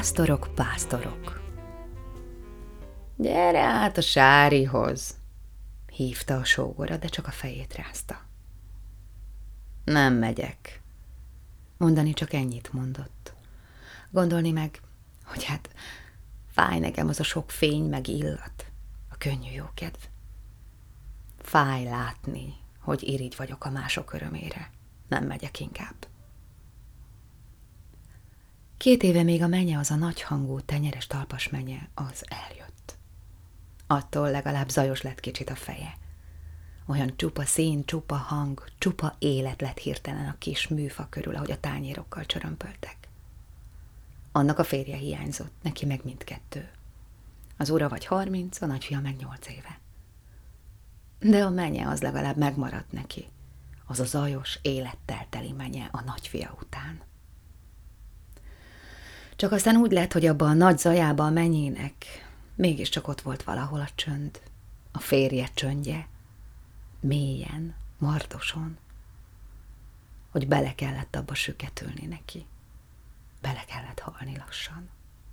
Pásztorok, pásztorok. Gyere át a Sárihoz, hívta a sógora, de csak a fejét rázta. Nem megyek. Mondani csak ennyit mondott. Gondolni meg, hogy hát fáj nekem az a sok fény meg illat, a könnyű jókedv. Fáj látni, hogy irigy vagyok a mások örömére. Nem megyek inkább. 2 éve még a menye, az a nagyhangú, tenyeres talpas menye, az eljött. Attól legalább zajos lett kicsit a feje. Olyan csupa szín, csupa hang, csupa élet lett hirtelen a kis műfa körül, ahogy a tányérokkal csörömpöltek. Annak a férje hiányzott, neki meg mindkettő. Az ura vagy 30, a nagyfia meg 8 éve. De a menye az legalább megmaradt neki. Az a zajos, élettel teli menye a nagyfia után. Csak aztán úgy lett, hogy abban a nagy zajába a menyének mégiscsak ott volt valahol a csönd, a férje csöndje, mélyen, mardoson, hogy bele kellett abba süketülni neki. Bele kellett halni lassan.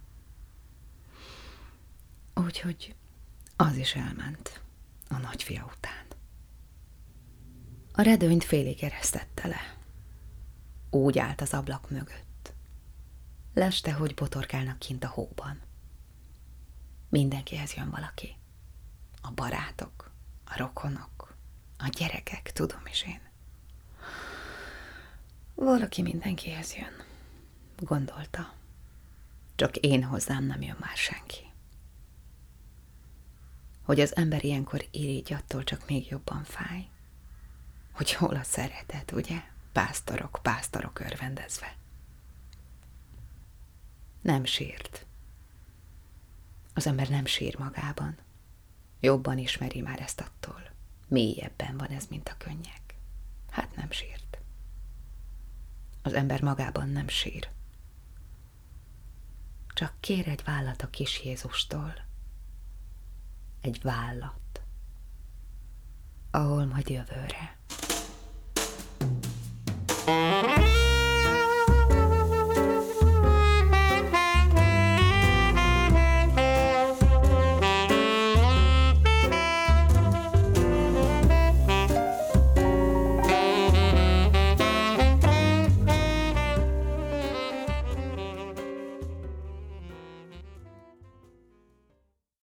Úgyhogy az is elment a nagyfia után. A redőnyt félig eresztette le. Úgy állt az ablak mögött. Leste, hogy botorkálnak kint a hóban. Mindenkihez jön valaki. A barátok, a rokonok, a gyerekek, tudom is én. Valaki mindenkihez jön, gondolta. Csak én hozzám nem jön már senki. Hogy az ember ilyenkor irigy, attól csak még jobban fáj. Hogy hol a szeretet, ugye? Pásztorok, pásztorok örvendezve. Nem sírt. Az ember nem sír magában. Jobban ismeri már ezt attól. Mélyebben van ez, mint a könnyek. Hát nem sírt. Az ember magában nem sír. Csak kér egy vállat a kis Jézustól. Egy vállat, ahol majd jövőre